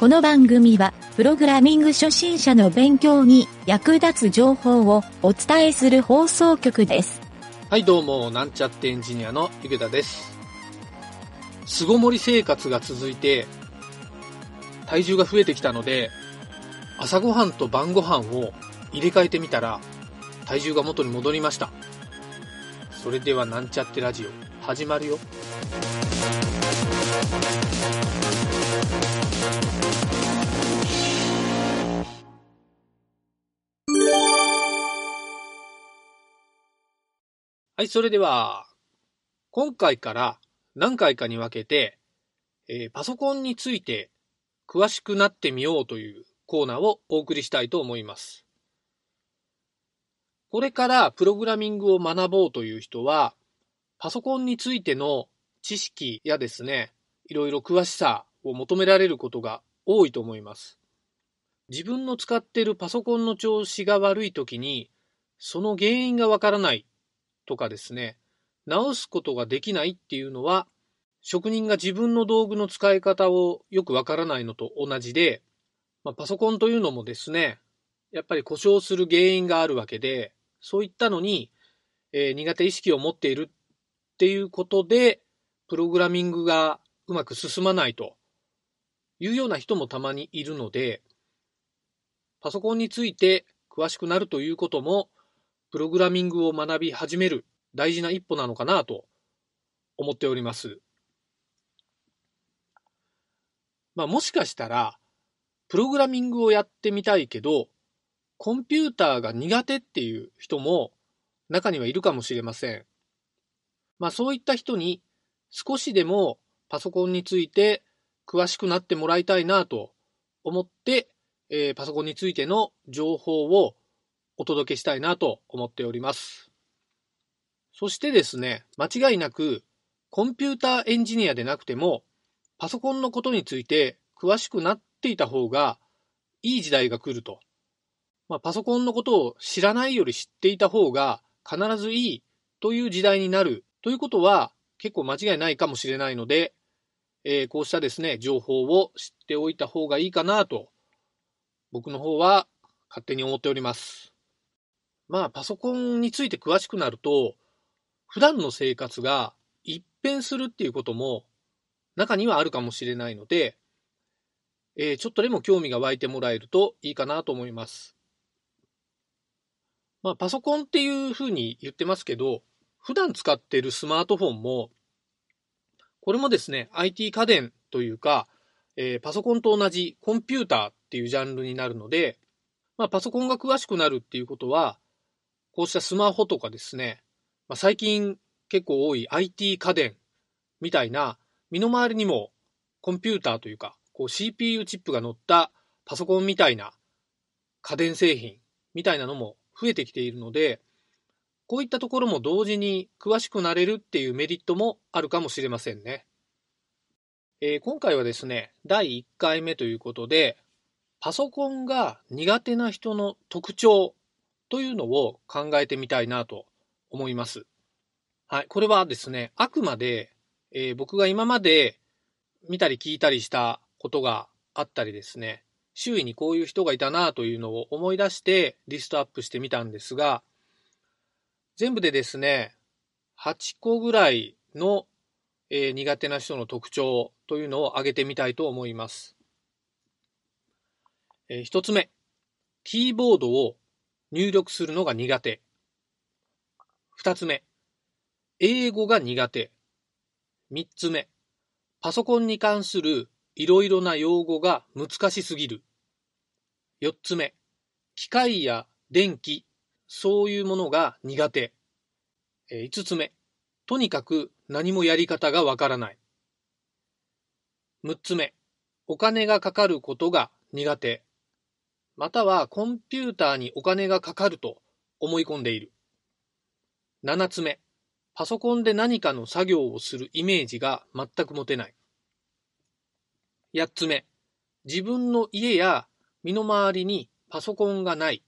の番組は、プログラミング初心者の勉強に役立つ情報をお伝えする放送局です。 はい、どうも、なんちゃってエンジニアのゆげたです。巣ごもり生活が続いて、体重が増えてきたので、朝ごはんと晩ごはんを入れ替えてみたら、体重が元に戻りました。それではなんちゃってラジオ、始まるよ。はい、それでは、今回から何回かに分けて、パソコンについて詳しくなってみようというコーナーをお送りしたいと思います。これからプログラミングを学ぼうという人は、パソコンについての知識やですね、いろいろ詳しさを求められることが多いと思います。自分の使っているパソコンの調子が悪いときに、その原因がわからないとかですね、直すことができないっていうのは、職人が自分の道具の使い方をよくわからないのと同じで、パソコンというのもですね、やっぱり故障する原因があるわけで、そういったのに、苦手意識を持っているっていうことで、プログラミングがうまく進まないというような人もたまにいるので、パソコンについて詳しくなるということも、プログラミングを学び始める大事な一歩なのかなと思っております。もしかしたら、プログラミングをやってみたいけど、コンピューターが苦手っていう人も中にはいるかもしれません。そういった人に少しでもパソコンについて詳しくなってもらいたいなと思って、パソコンについての情報をお届けしたいなと思っております。そしてですね、間違いなくコンピューターエンジニアでなくてもパソコンのことについて詳しくなっていた方がいい時代が来ると。パソコンのことを知らないより知っていた方が必ずいいという時代になるということは結構間違いないかもしれないので、こうしたですね、情報を知っておいた方がいいかなと僕の方は勝手に思っております。パソコンについて詳しくなると普段の生活が一変するっていうことも中にはあるかもしれないので、ちょっとでも興味が湧いてもらえるといいかなと思います。パソコンっていうふうに言ってますけど、普段使っているスマートフォンも、これもですね、IT 家電というか、パソコンと同じコンピューターっていうジャンルになるので、パソコンが詳しくなるっていうことは、こうしたスマホとかですね、最近結構多い IT 家電みたいな、身の回りにもコンピューターというか、CPU チップが乗ったパソコンみたいな家電製品みたいなのも増えてきているので、こういったところも同時に詳しくなれるっていうメリットもあるかもしれませんね。今回はですね、第1回目ということで、パソコンが苦手な人の特徴というのを考えてみたいなと思います。はい、これはですね、あくまで、僕が今まで見たり聞いたりしたことがあったりですね、周囲にこういう人がいたなというのを思い出してリストアップしてみたんですが、全部でですね、8個ぐらいの、苦手な人の特徴というのを挙げてみたいと思います。1つ目、キーボードを入力するのが苦手。2つ目、英語が苦手。3つ目、パソコンに関するいろいろな用語が難しすぎる。4つ目、機械や電気、そういうものが苦手。5つ目、とにかく何もやり方がわからない。6つ目、お金がかかることが苦手。またはコンピューターにお金がかかると思い込んでいる。7つ目、パソコンで何かの作業をするイメージが全く持てない。8つ目、自分の家や身の回りにパソコンがない。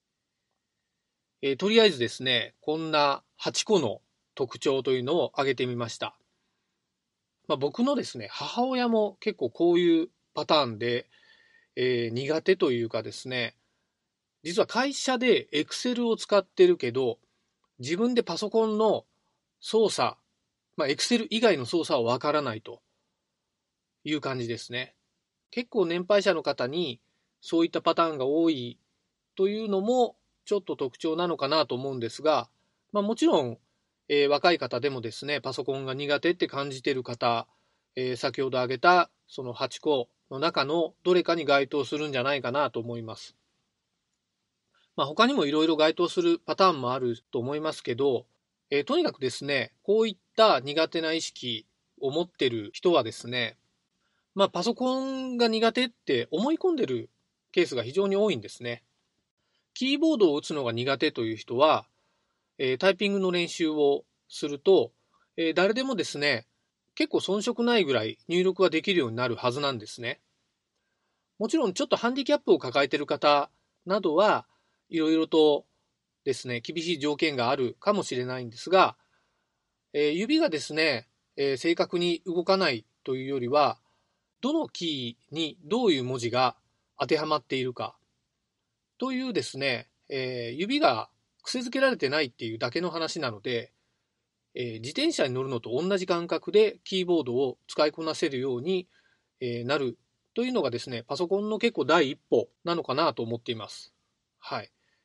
とりあえずですね、こんな8個の特徴というのを挙げてみました。僕のですね、母親も結構こういうパターンで、 苦手というかですね、実は会社で Excel を使ってるけど、自分でパソコンの操作、Excel 以外の操作はわからないという感じですね。結構年配者の方にそういったパターンが多いというのもちょっと特徴なのかなと思うんですが、もちろん、若い方でもですね、パソコンが苦手って感じている方、先ほど挙げたその8個の中のどれかに該当するんじゃないかなと思います。他にもいろいろ該当するパターンもあると思いますけど、とにかくですね、こういった苦手な意識を持っている人はですね、パソコンが苦手って思い込んでるケースが非常に多いんですね。キーボードを打つのが苦手という人は、タイピングの練習をすると、誰でもですね、結構遜色ないぐらい入力ができるようになるはずなんですね。もちろんちょっとハンディキャップを抱えている方などはいろいろとですね、厳しい条件があるかもしれないんですが、指がですね、正確に動かないというよりは、どのキーにどういう文字が当てはまっているかというですね、指が癖づけられてないっていうだけの話なので、自転車に乗るのと同じ感覚でキーボードを使いこなせるように、なるというのがですね、パソコンの結構第一歩なのかなと思っています。はい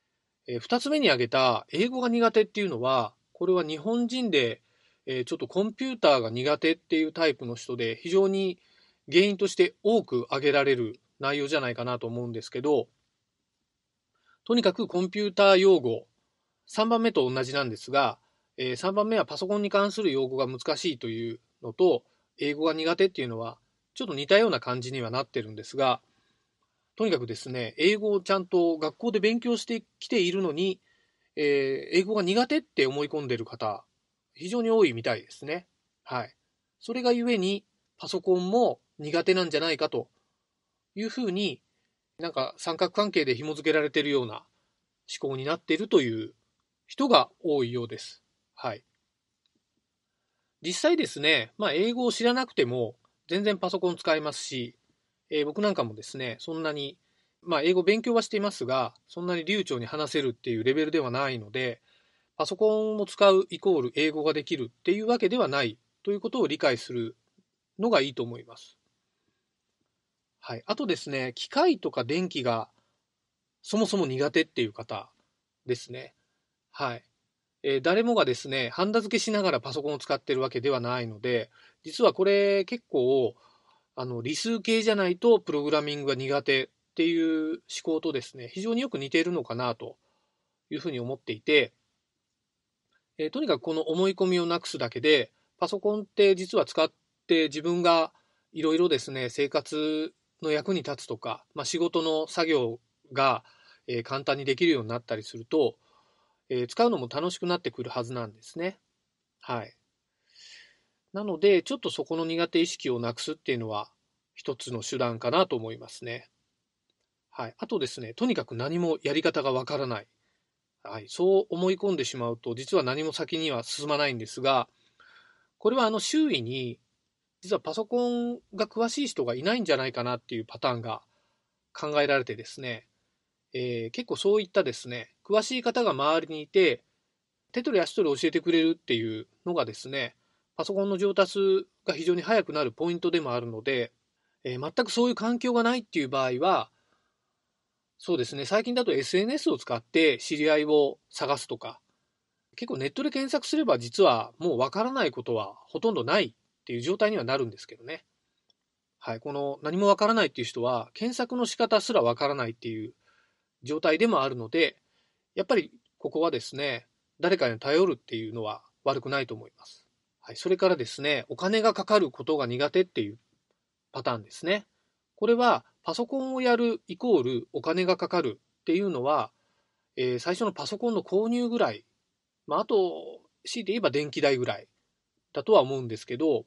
。2つ目に挙げた英語が苦手っていうのは、これは日本人で、ちょっとコンピューターが苦手っていうタイプの人で非常に原因として多く挙げられる内容じゃないかなと思うんですけど、とにかくコンピューター用語、3番目と同じなんですが、3番目はパソコンに関する用語が難しいというのと、英語が苦手っていうのは、ちょっと似たような感じにはなってるんですが、とにかくですね、英語をちゃんと学校で勉強してきているのに、英語が苦手って思い込んでいる方、非常に多いみたいですね。はい。それがゆえに、パソコンも苦手なんじゃないかというふうに、なんか三角関係で紐付けられているような思考になっているという人が多いようです。はい。実際ですね、英語を知らなくても全然パソコン使えますし、僕なんかもですね、そんなに、英語勉強はしていますが、そんなに流暢に話せるっていうレベルではないので、パソコンを使うイコール英語ができるっていうわけではないということを理解するのがいいと思います。はい。あとですね、機械とか電気がそもそも苦手っていう方ですね。はい。誰もがですね、ハンダ付けしながらパソコンを使ってるわけではないので、実はこれ結構、理数系じゃないとプログラミングが苦手っていう思考とですね、非常によく似ているのかなというふうに思っていて、とにかくこの思い込みをなくすだけで、パソコンって実は使って自分がいろいろですね、生活の役に立つとか、仕事の作業が、簡単にできるようになったりすると、使うのも楽しくなってくるはずなんですね。はい。なので、ちょっとそこの苦手意識をなくすっていうのは一つの手段かなと思いますね。はい。あとですね、とにかく何もやり方がわからない。はい。そう思い込んでしまうと、実は何も先には進まないんですが、これは周囲に、実はパソコンが詳しい人がいないんじゃないかなっていうパターンが考えられてですね、結構そういったですね、詳しい方が周りにいて、手取り足取り教えてくれるっていうのがですね、パソコンの上達が非常に早くなるポイントでもあるので、全くそういう環境がないっていう場合は、そうですね、最近だと SNS を使って知り合いを探すとか、結構ネットで検索すれば実はもうわからないことはほとんどないっていう状態にはなるんですけどね。はい、この何もわからないっていう人は検索の仕方すらわからないっていう状態でもあるので、やっぱりここはですね、誰かに頼るっていうのは悪くないと思います。はい、それからですね、お金がかかることが苦手っていうパターンですね。これはパソコンをやるイコールお金がかかるっていうのは、最初のパソコンの購入ぐらい、あと、強いて言えば電気代ぐらいだとは思うんですけど、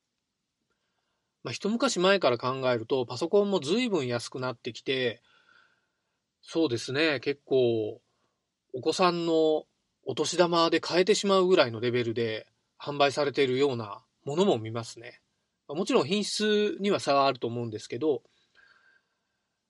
一昔前から考えると、パソコンも随分安くなってきて、そうですね、結構、お子さんのお年玉で買えてしまうぐらいのレベルで販売されているようなものも見ますね。もちろん品質には差があると思うんですけど、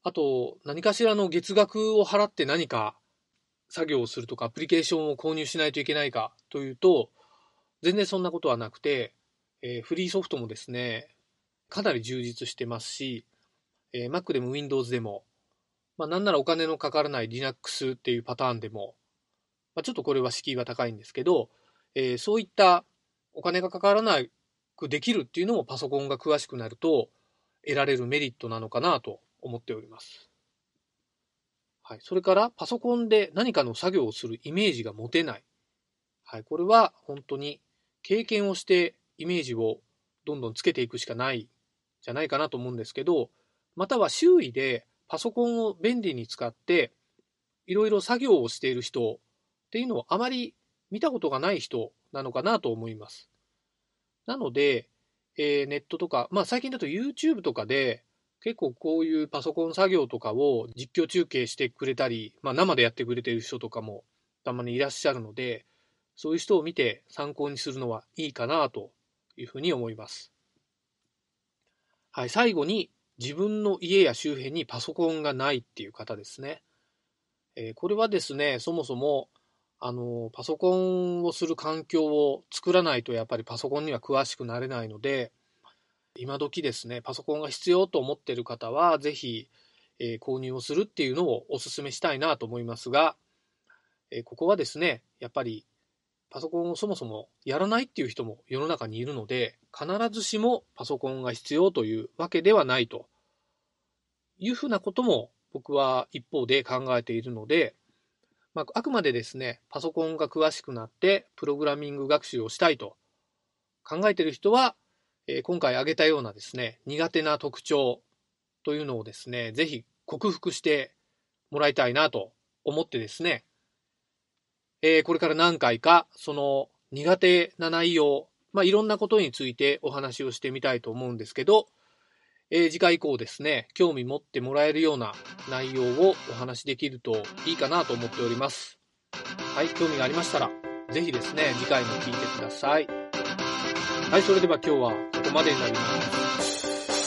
あと、何かしらの月額を払って何か作業をするとか、アプリケーションを購入しないといけないかというと、全然そんなことはなくて、フリーソフトもですね、かなり充実してますし、Mac でも Windows でも、なんならお金のかからない Linux っていうパターンでも、ちょっとこれは敷居は高いんですけど、そういったお金がかからなくできるっていうのもパソコンが詳しくなると得られるメリットなのかなと思っております。はい、それからパソコンで何かの作業をするイメージが持てない。はい、これは本当に経験をしてイメージをどんどんつけていくしかないじゃないかなと思うんですけど、または周囲でパソコンを便利に使っていろいろ作業をしている人っていうのをあまり見たことがない人なのかなと思います。なので、ネットとか、最近だと YouTube とかで結構こういうパソコン作業とかを実況中継してくれたり、生でやってくれている人とかもたまにいらっしゃるので、そういう人を見て参考にするのはいいかなというふうに思います。はい、最後に自分の家や周辺にパソコンがないっていう方ですね。これはですね、そもそもパソコンをする環境を作らないとやっぱりパソコンには詳しくなれないので、今時ですね、パソコンが必要と思っている方はぜひ、購入をするっていうのをお勧めしたいなと思いますが、ここはですね、やっぱりパソコンをそもそもやらないっていう人も世の中にいるので、必ずしもパソコンが必要というわけではないというふうなことも僕は一方で考えているので、あくまでですね、パソコンが詳しくなってプログラミング学習をしたいと考えている人は、今回挙げたようなですね、苦手な特徴というのをですね、ぜひ克服してもらいたいなと思ってですね、これから何回かその苦手な内容、いろんなことについてお話をしてみたいと思うんですけど、次回以降ですね、興味持ってもらえるような内容をお話しできるといいかなと思っております。はい、興味がありましたら、ぜひですね、次回も聞いてください。はい、それでは今日はここまでになります。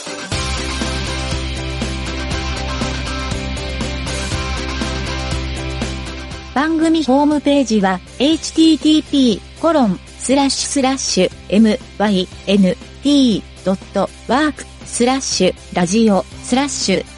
番組ホームページは http://myn.t.work/ラジオ/